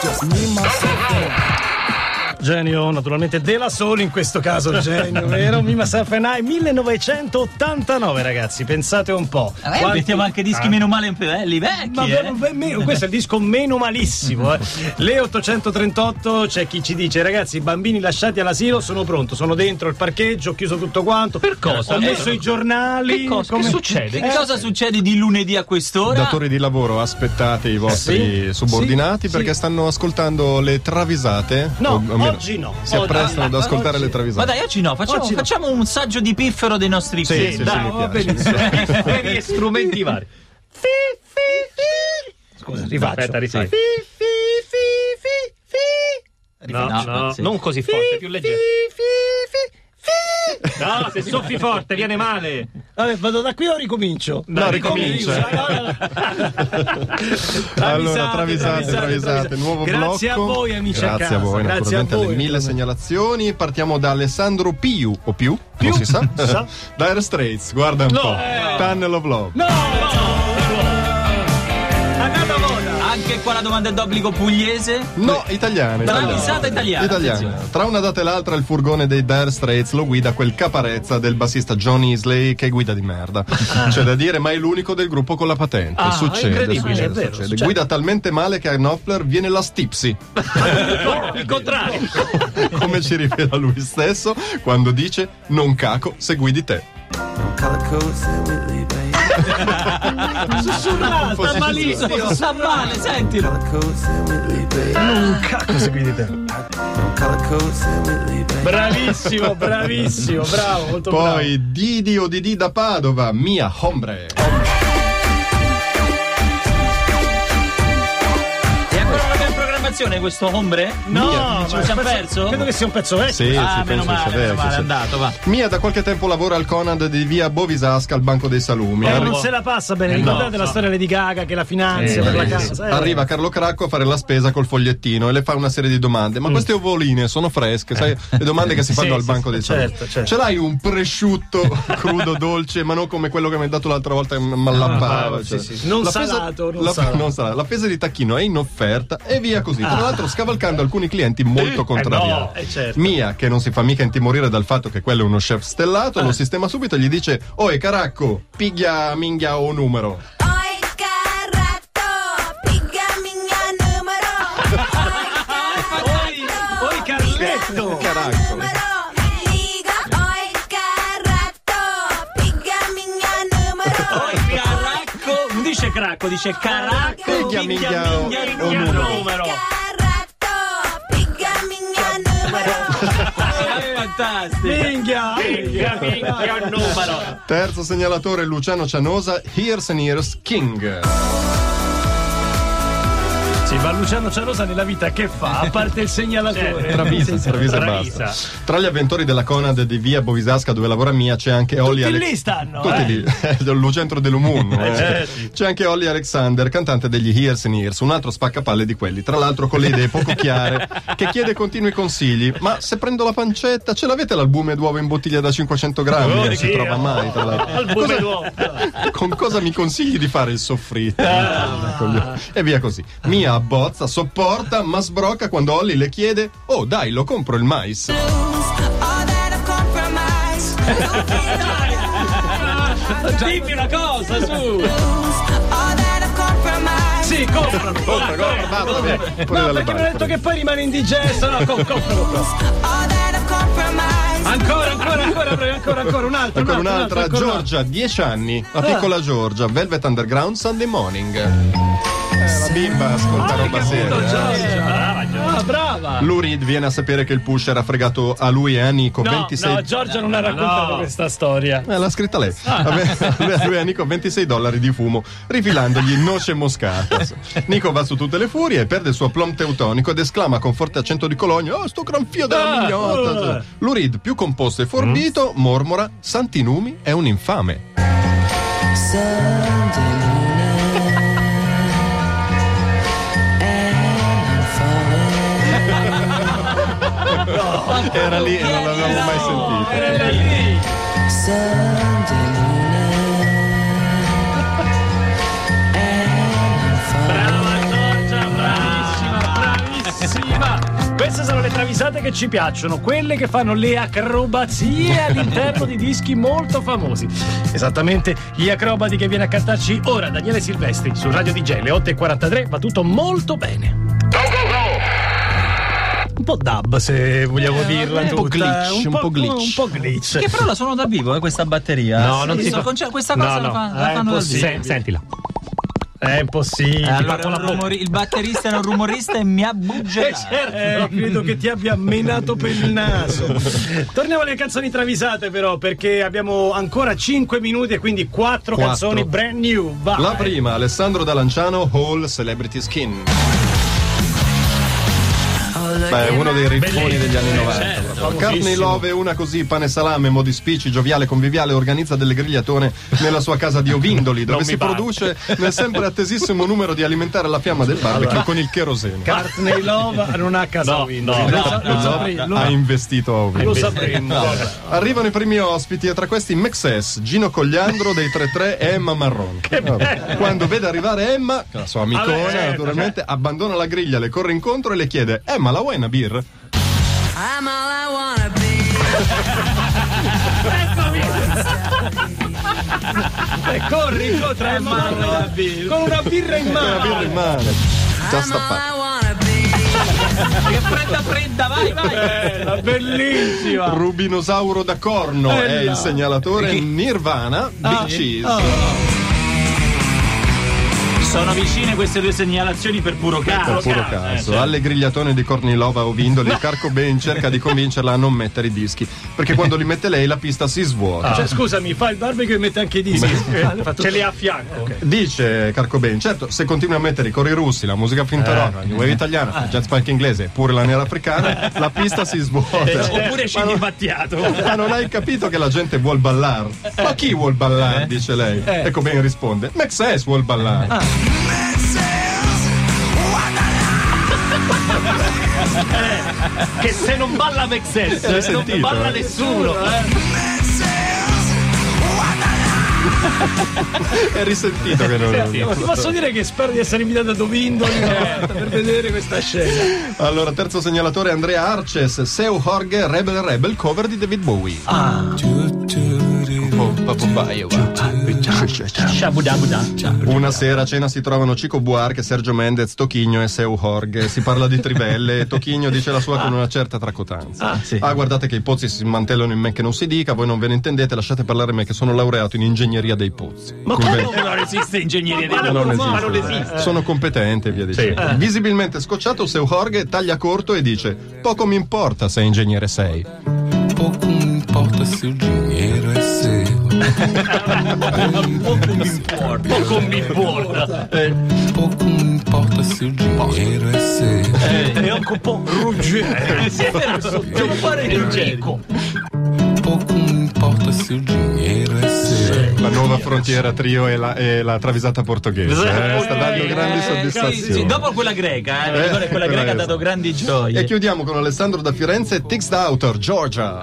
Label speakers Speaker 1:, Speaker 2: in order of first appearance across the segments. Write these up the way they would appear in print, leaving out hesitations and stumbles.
Speaker 1: Me, myself and I. Genio, naturalmente della Soul in questo caso, genio, vero? Me, myself and I, 1989, ragazzi, pensate un po'.
Speaker 2: Mettiamo anche dischi meno male belli, vecchi.
Speaker 1: Questo è il disco meno malissimo. Le 838, c'è chi ci dice: ragazzi, i bambini lasciati all'asilo, sono pronto, sono dentro il parcheggio, ho chiuso tutto quanto.
Speaker 2: Per cosa?
Speaker 1: Ho messo i giornali.
Speaker 2: Che succede? Che cosa succede di lunedì a quest'ora?
Speaker 3: Datori di lavoro, aspettate i vostri subordinati perché stanno ascoltando le travisate.
Speaker 1: No, oggi no.
Speaker 3: Si apprestano ad ascoltare le travisate.
Speaker 2: Ma dai, oggi no, facciamo un saggio di piffero dei nostri
Speaker 3: sì, dai,
Speaker 1: va benissimo.
Speaker 2: Pifferi e strumenti vari.
Speaker 1: Scusa, rifaccio.
Speaker 2: Aspetta, rifai.
Speaker 1: No,
Speaker 2: non così forte, più leggero. No, se soffi forte viene male.
Speaker 1: Vabbè, vado da qui o ricomincio?
Speaker 3: No, ricomincia. Allora, travisate, nuovo blocco.
Speaker 1: Grazie a voi, amici a casa.
Speaker 3: Grazie a voi, naturalmente, alle 1000 segnalazioni. Partiamo da Alessandro Piu, o più? Non si sa. Dire Straits, guarda un po'. Tunnel of Love.
Speaker 2: Anche qua la domanda è d'obbligo pugliese?
Speaker 3: No, italiana.
Speaker 2: Travisata italiana.
Speaker 3: Tra una data e l'altra il furgone dei Dire Straits lo guida quel caparezza del bassista John Isley che guida di merda. C'è da dire, ma è l'unico del gruppo con la patente. Succede. Guida talmente male che a Knopfler viene la stipsy.
Speaker 2: Il contrario.
Speaker 3: Come ci rivela lui stesso quando dice: non caco se guidi te.
Speaker 2: Sussurrata, sta malissimo, sta male, sentilo.
Speaker 1: Non cacco se guidi te. Bravissimo, bravo, molto bravo.
Speaker 3: Poi Didi o Didi da Padova, Mia Hombre.
Speaker 2: Questo Hombre?
Speaker 1: No,
Speaker 2: ce lo siamo perso?
Speaker 1: Credo che sia un pezzo vecchio.
Speaker 3: Sì,
Speaker 2: meno male, è andato, va.
Speaker 3: Mia da qualche tempo lavora al Conad di via Bovisasca al banco dei salumi.
Speaker 1: Non se la passa bene, ricordate la storia Lady Gaga che la finanzia per la casa.
Speaker 3: Arriva Carlo Cracco a fare la spesa col fogliettino e le fa una serie di domande. Ma queste ovoline sono fresche, sai? Le domande che si fanno al banco dei salumi.
Speaker 1: Certo.
Speaker 3: Ce l'hai un prosciutto crudo dolce, ma non come quello che mi hai dato l'altra volta che mi allappava.
Speaker 1: Non salato.
Speaker 3: La pesa di tacchino è in offerta e via così. Tra l'altro scavalcando alcuni clienti molto contrariati.
Speaker 1: Certo.
Speaker 3: Mia, che non si fa mica intimorire dal fatto che quello è uno chef stellato, lo sistema subito e gli dice: Oe Caracco, piglia minghia o numero.
Speaker 1: Oi Carletto.
Speaker 3: Caracco.
Speaker 2: Non dice cracco, dice caracco.
Speaker 3: Piglia minghia o numero.
Speaker 2: Fantastico.
Speaker 1: Minghia
Speaker 2: numero.
Speaker 3: Terzo segnalatore Luciano Cianosa, Years and Years King.
Speaker 1: Sì, ma Luciano Cianosa nella vita che fa? A parte il segnalatore.
Speaker 3: Travisa e basta. Tra gli avventori della Conad di via Bovisasca dove lavora Mia c'è anche Olli
Speaker 1: lì stanno.
Speaker 3: Tutti lì, Lucentro dell'Umun. C'è anche Olly Alexander, cantante degli Years and Years, un altro spaccapalle di quelli, tra l'altro con le idee poco chiare, che chiede continui consigli. Ma se prendo la pancetta, ce l'avete l'albume d'uovo in bottiglia da 500 grammi? Non si trova mai, tra l'altro. Con cosa mi consigli di fare il soffritto? E via così. Mia abbozza, sopporta, ma sbrocca quando Olly le chiede: oh dai, lo compro il mais.
Speaker 2: Dimmi una cosa, su.
Speaker 1: Sì, compralo.
Speaker 3: Basta, via.
Speaker 1: No, perché mi ha detto che poi rimane indigesto. No, compralo. Ancora un'altra.
Speaker 3: Giorgia, 10 anni, la piccola Giorgia, Velvet Underground, Sunday Morning. La bimba ascolta roba seria.
Speaker 1: Brava.
Speaker 3: Lou Reed viene a sapere che il pusher ha fregato a lui e a Nico 26.
Speaker 1: No, Giorgia non ha raccontato questa storia.
Speaker 3: L'ha scritta lei. A lui e a Nico $26 di fumo, rifilandogli noce moscata. Nico va su tutte le furie e perde il suo aplomb teutonico ed esclama con forte accento di Cologno: oh, sto gran fio della mignotta. Lou Reed, più composto e forbito, mormora: Santinumi è un infame. Era lì e non l'avevamo mai sentito.
Speaker 1: Era lì. Queste sono le travisate che ci piacciono, quelle che fanno le acrobazie all'interno di dischi molto famosi. Esattamente gli acrobati che viene a cantarci ora Daniele Silvestri su Radio DJ, le 8:43, va tutto molto bene. Un po' dub, se vogliamo dirla
Speaker 3: un po'
Speaker 1: tutta.
Speaker 3: glitch, un po'
Speaker 1: glitch.
Speaker 2: Che però la suono dal vivo, questa batteria.
Speaker 1: No, non si fa.
Speaker 2: Questa cosa la fanno dal vivo.
Speaker 1: Sentila. È impossibile.
Speaker 2: Allora il batterista è un rumorista e mi ha buggelato.
Speaker 1: Credo che ti abbia menato per il naso. Torniamo alle canzoni travisate, però, perché abbiamo ancora 5 minuti e quindi 4 canzoni brand new. Vai.
Speaker 3: La prima, Alessandro D'Alanciano, Whole Celebrity Skin. Beh, uno dei riffoni degli anni 90.
Speaker 1: Certo,
Speaker 3: Courtney Love è una così, pane salame, modi spicci, gioviale, conviviale, organizza delle grigliatone nella sua casa di Ovindoli, dove si produce nel sempre attesissimo numero di alimentare la fiamma del barbecue con il cherosene.
Speaker 1: Courtney Love non ha casa Ovindoli.
Speaker 3: Ha investito a Ovindoli.
Speaker 1: Lo sapremo.
Speaker 3: Arrivano i primi ospiti e tra questi Mexes, Gino Cogliandro dei 3-3 e Emma Marron. Quando vede arrivare Emma, la sua amicona naturalmente, abbandona la griglia, le corre incontro e le chiede: Emma, la vuoi una birra?
Speaker 4: I'm all I wanna be.
Speaker 1: Corri incontra Emma con una birra in mano.
Speaker 3: Una birra in mano. Già stappato.
Speaker 2: Che fredda, vai.
Speaker 1: Bella, bellissima.
Speaker 3: Rubinosauro da corno è il segnalatore. Nirvana, Bee Gees.
Speaker 2: Sono vicine queste due segnalazioni per puro caso.
Speaker 3: Certo. Alle grigliatone di Cornilova o Vindoli, il Kurt Cobain cerca di convincerla a non mettere i dischi, perché quando li mette lei la pista si svuota.
Speaker 1: Cioè, scusami, fa il barbecue e mette anche i dischi. Ce li ha a fianco. Okay.
Speaker 3: Dice Kurt Cobain: certo, se continui a mettere i cori russi, la musica finta rock, la new wave italiana, il jazz punk inglese, pure la nera africana, la pista si svuota.
Speaker 2: Oppure scegli Battiato.
Speaker 3: Ma non hai capito che la gente vuol ballare? Ma chi vuol ballare? Dice lei. E Cobain risponde: Mexes vuol ballare.
Speaker 1: Che se non balla Mexes non balla nessuno.
Speaker 3: È risentito che non
Speaker 1: Ti posso dire che spero di essere invitato ad Ovindoli per vedere questa scena.
Speaker 3: Allora, terzo segnalatore, Andrea Arces, Seu Jorge, Rebel, cover di David Bowie. Una sera a cena si trovano Chico Buarque, Sergio Mendez, Toquinho e Seu Jorge. Si parla di trivelle e Toquinho dice la sua con una certa tracotanza. Guardate che i pozzi si smantellano in me che non si dica, voi non ve ne intendete, lasciate parlare me che sono laureato in ingegneria dei pozzi.
Speaker 2: Ma come non esiste ingegneria dei pozzi?
Speaker 3: Non esiste. Sono competente, via dicendo. Visibilmente scocciato, Seu Jorge taglia corto e dice: poco mi importa se ingegnere sei.
Speaker 5: Poco mi importa se il dinheiro è seu.
Speaker 2: Poco mi importa.
Speaker 5: Poco mi importa se il dinheiro è seu.
Speaker 1: È anche un po' ruggero.
Speaker 2: Devo fare il geco.
Speaker 5: Poco mi importa se il dinheiro è seu.
Speaker 3: La nuova frontiera trio e la travisata portoghese. Sta dando grandi soddisfazioni.
Speaker 2: Sì, dopo quella greca, quella greca ha dato grandi gioie.
Speaker 3: E chiudiamo con Alessandro da Firenze, Tix the Author, Georgia.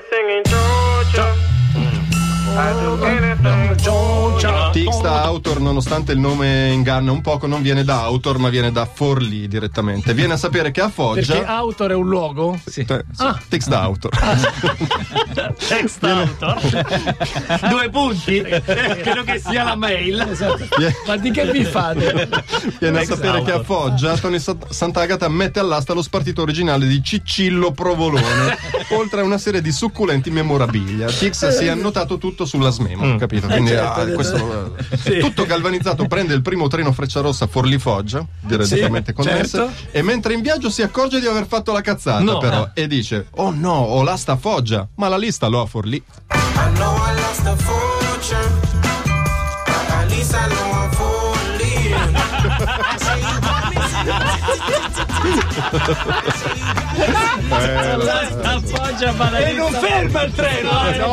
Speaker 3: Tix the Author, nonostante il nome inganna un poco, non viene da Author ma viene da Forlì direttamente. Viene a sapere che a Foggia.
Speaker 1: Perché Author è un luogo?
Speaker 3: Sì. Tix the Author.
Speaker 1: Tix the Author.
Speaker 2: 2 punti. Credo che sia la mail.
Speaker 1: Esatto. Ma di che vi fate?
Speaker 3: Viene a sapere che a Foggia Tony Sant'Agata mette all'asta lo spartito originale di Ciccillo Provolone, oltre a una serie di succulenti memorabilia. Tix si è annotato tutto sulla Smemo, capito? Quindi questo, tutto galvanizzato, prende il primo treno Frecciarossa Forlì-Foggia direttamente con essa, e mentre in viaggio si accorge di aver fatto la cazzata, però, e dice: oh no, ho l'asta a Foggia, ma la lista l'ho a Forlì.
Speaker 1: E non ferma il treno,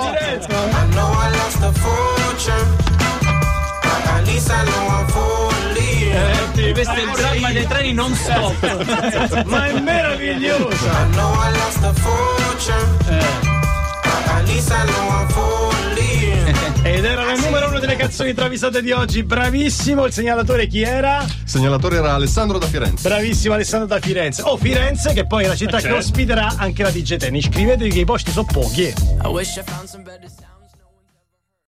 Speaker 2: questo è il dramma dei treni non stop.
Speaker 1: Ma è meraviglioso.
Speaker 6: At least I know I'm fully.
Speaker 1: Ed era la numero 1 delle canzoni travisate di oggi. Bravissimo. Il segnalatore chi era?
Speaker 3: Il segnalatore era Alessandro da Firenze.
Speaker 1: Bravissimo Alessandro da Firenze. Firenze, che poi è la città che ospiterà anche la DJ Ten. Iscrivetevi che i posti sono pochi.
Speaker 4: I wish I found some better